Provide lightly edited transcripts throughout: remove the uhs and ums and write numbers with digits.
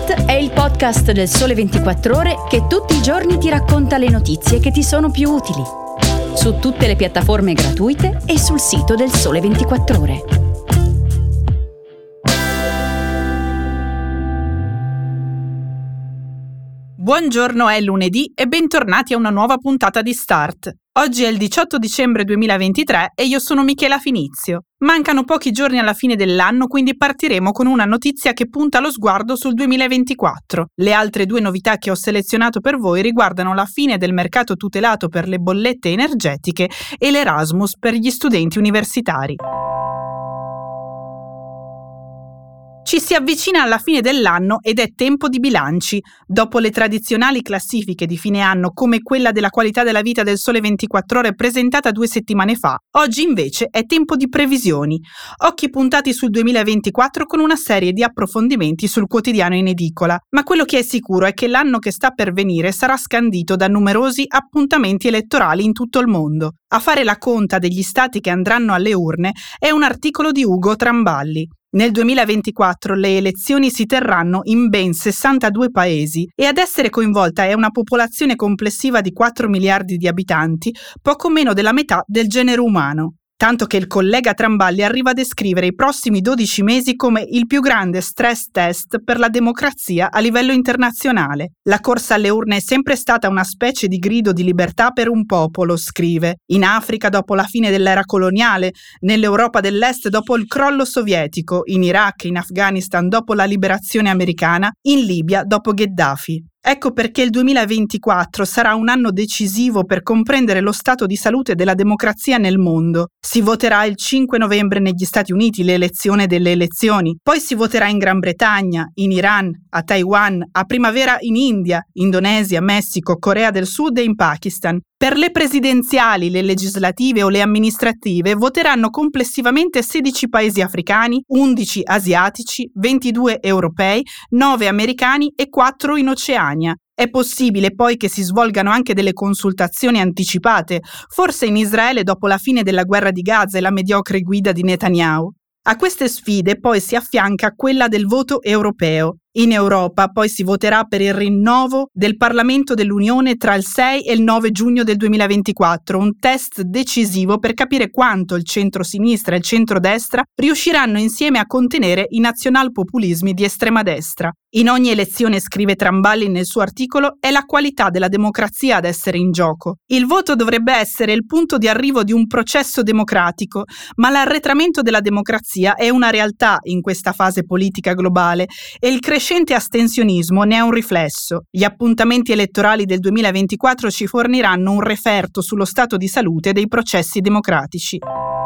Start è il podcast del Sole 24 Ore che tutti i giorni ti racconta le notizie che ti sono più utili. Su tutte le piattaforme gratuite e sul sito del Sole 24 Ore. Buongiorno, è lunedì e bentornati a una nuova puntata di Start. Oggi è il 18 dicembre 2023 e io sono Michela Finizio. Mancano pochi giorni alla fine dell'anno, quindi partiremo con una notizia che punta lo sguardo sul 2024. Le altre due novità che ho selezionato per voi riguardano la fine del mercato tutelato per le bollette energetiche e l'Erasmus per gli studenti universitari. Ci si avvicina alla fine dell'anno ed è tempo di bilanci. Dopo le tradizionali classifiche di fine anno, come quella della qualità della vita del Sole 24 Ore presentata 2 settimane fa, oggi invece è tempo di previsioni. Occhi puntati sul 2024 con una serie di approfondimenti sul quotidiano in edicola. Ma quello che è sicuro è che l'anno che sta per venire sarà scandito da numerosi appuntamenti elettorali in tutto il mondo. A fare la conta degli stati che andranno alle urne è un articolo di Ugo Tramballi. Nel 2024 le elezioni si terranno in ben 62 paesi e ad essere coinvolta è una popolazione complessiva di 4 miliardi di abitanti, poco meno della metà del genere umano. Tanto che il collega Tramballi arriva a descrivere i prossimi 12 mesi come il più grande stress test per la democrazia a livello internazionale. La corsa alle urne è sempre stata una specie di grido di libertà per un popolo, scrive. In Africa dopo la fine dell'era coloniale, nell'Europa dell'Est dopo il crollo sovietico, in Iraq e in Afghanistan dopo la liberazione americana, in Libia dopo Gheddafi. Ecco perché il 2024 sarà un anno decisivo per comprendere lo stato di salute della democrazia nel mondo. Si voterà il 5 novembre negli Stati Uniti, l'elezione delle elezioni. Poi si voterà in Gran Bretagna, in Iran, a Taiwan, a primavera in India, Indonesia, Messico, Corea del Sud e in Pakistan. Per le presidenziali, le legislative o le amministrative voteranno complessivamente 16 paesi africani, 11 asiatici, 22 europei, 9 americani e 4 in Oceania. È possibile poi che si svolgano anche delle consultazioni anticipate, forse in Israele dopo la fine della guerra di Gaza e la mediocre guida di Netanyahu. A queste sfide poi si affianca quella del voto europeo. In Europa poi si voterà per il rinnovo del Parlamento dell'Unione tra il 6 e il 9 giugno del 2024, un test decisivo per capire quanto il centro-sinistra e il centro-destra riusciranno insieme a contenere i nazionalpopulismi di estrema destra. In ogni elezione, scrive Tramballi nel suo articolo, è la qualità della democrazia ad essere in gioco. Il voto dovrebbe essere il punto di arrivo di un processo democratico, ma l'arretramento della democrazia è una realtà in questa fase politica globale e il crescente astensionismo ne è un riflesso. Gli appuntamenti elettorali del 2024 ci forniranno un referto sullo stato di salute dei processi democratici.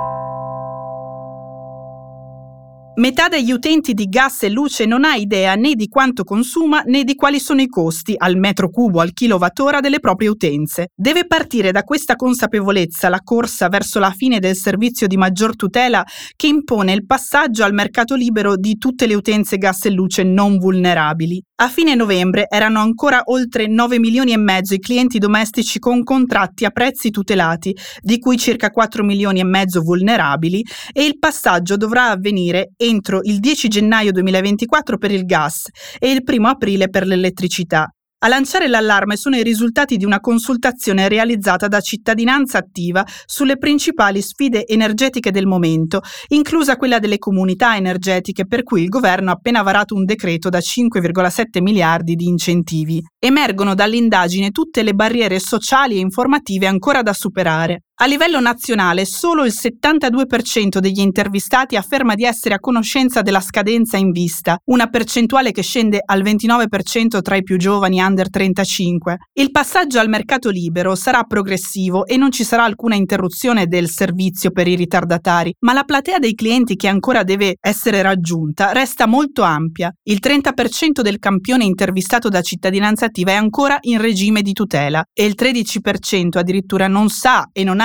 Metà degli utenti di gas e luce non ha idea né di quanto consuma né di quali sono i costi al metro cubo, al kilowattora delle proprie utenze. Deve partire da questa consapevolezza la corsa verso la fine del servizio di maggior tutela che impone il passaggio al mercato libero di tutte le utenze gas e luce non vulnerabili. A fine novembre erano ancora oltre 9 milioni e mezzo i clienti domestici con contratti a prezzi tutelati, di cui circa 4 milioni e mezzo vulnerabili, e il passaggio dovrà avvenire entro il 10 gennaio 2024 per il gas e il 1 aprile per l'elettricità. A lanciare l'allarme sono i risultati di una consultazione realizzata da Cittadinanza Attiva sulle principali sfide energetiche del momento, inclusa quella delle comunità energetiche per cui il governo ha appena varato un decreto da 5,7 miliardi di incentivi. Emergono dall'indagine tutte le barriere sociali e informative ancora da superare. A livello nazionale, solo il 72% degli intervistati afferma di essere a conoscenza della scadenza in vista, una percentuale che scende al 29% tra i più giovani under 35. Il passaggio al mercato libero sarà progressivo e non ci sarà alcuna interruzione del servizio per i ritardatari, ma la platea dei clienti che ancora deve essere raggiunta resta molto ampia. Il 30% del campione intervistato da Cittadinanza Attiva è ancora in regime di tutela e il 13% addirittura non sa e non ha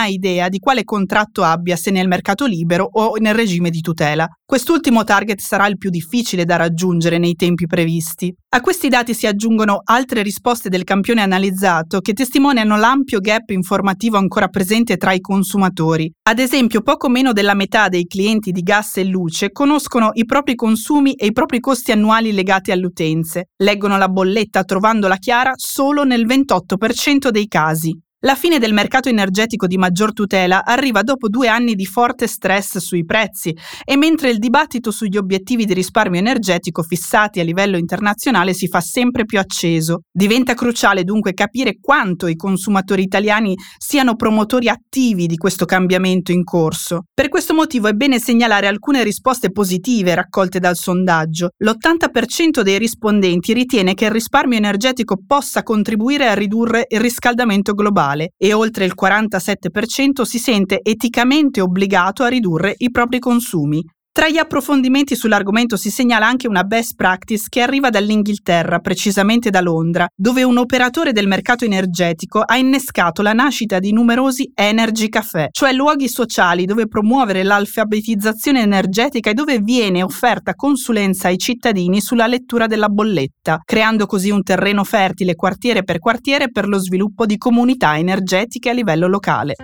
mai idea di quale contratto abbia, se nel mercato libero o nel regime di tutela. Quest'ultimo target sarà il più difficile da raggiungere nei tempi previsti. A questi dati si aggiungono altre risposte del campione analizzato che testimoniano l'ampio gap informativo ancora presente tra i consumatori. Ad esempio, poco meno della metà dei clienti di gas e luce conoscono i propri consumi e i propri costi annuali legati alle utenze. Leggono la bolletta trovandola chiara solo nel 28% dei casi. La fine del mercato energetico di maggior tutela arriva dopo 2 anni di forte stress sui prezzi e mentre il dibattito sugli obiettivi di risparmio energetico fissati a livello internazionale si fa sempre più acceso. Diventa cruciale dunque capire quanto i consumatori italiani siano promotori attivi di questo cambiamento in corso. Per questo motivo è bene segnalare alcune risposte positive raccolte dal sondaggio. L'80% dei rispondenti ritiene che il risparmio energetico possa contribuire a ridurre il riscaldamento globale e oltre il 47% si sente eticamente obbligato a ridurre i propri consumi. Tra gli approfondimenti sull'argomento si segnala anche una best practice che arriva dall'Inghilterra, precisamente da Londra, dove un operatore del mercato energetico ha innescato la nascita di numerosi Energy Café, cioè luoghi sociali dove promuovere l'alfabetizzazione energetica e dove viene offerta consulenza ai cittadini sulla lettura della bolletta, creando così un terreno fertile quartiere per lo sviluppo di comunità energetiche a livello locale.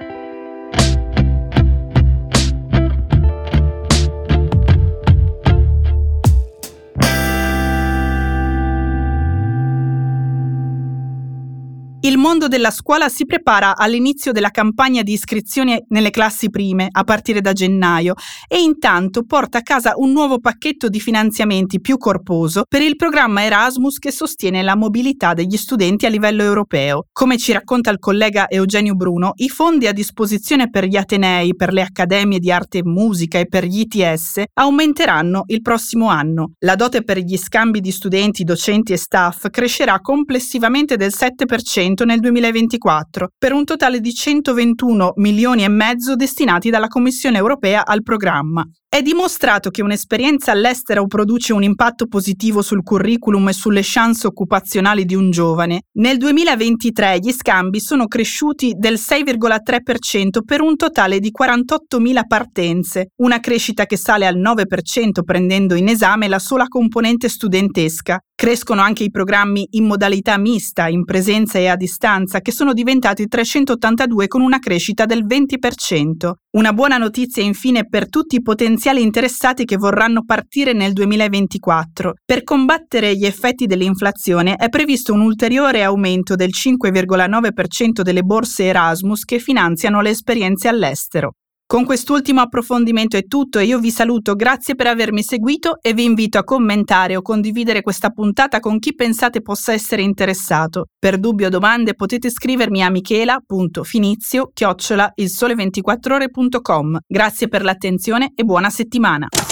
Il mondo della scuola si prepara all'inizio della campagna di iscrizione nelle classi prime, a partire da gennaio, e intanto porta a casa un nuovo pacchetto di finanziamenti più corposo per il programma Erasmus che sostiene la mobilità degli studenti a livello europeo. Come ci racconta il collega Eugenio Bruno, i fondi a disposizione per gli atenei, per le accademie di arte e musica e per gli ITS aumenteranno il prossimo anno. La dote per gli scambi di studenti, docenti e staff crescerà complessivamente del 7% nel 2024, per un totale di 121 milioni e mezzo destinati dalla Commissione europea al programma. È dimostrato che un'esperienza all'estero produce un impatto positivo sul curriculum e sulle chance occupazionali di un giovane. Nel 2023 gli scambi sono cresciuti del 6,3% per un totale di 48.000 partenze, una crescita che sale al 9% prendendo in esame la sola componente studentesca. Crescono anche i programmi in modalità mista, in presenza e a distanza, che sono diventati 382 con una crescita del 20%. Una buona notizia infine per tutti i potenziali interessati che vorranno partire nel 2024. Per combattere gli effetti dell'inflazione è previsto un ulteriore aumento del 5,9% delle borse Erasmus che finanziano le esperienze all'estero. Con quest'ultimo approfondimento è tutto e io vi saluto, grazie per avermi seguito e vi invito a commentare o condividere questa puntata con chi pensate possa essere interessato. Per dubbi o domande potete scrivermi a michela.finizio@ilsole24ore.com. Grazie per l'attenzione e buona settimana.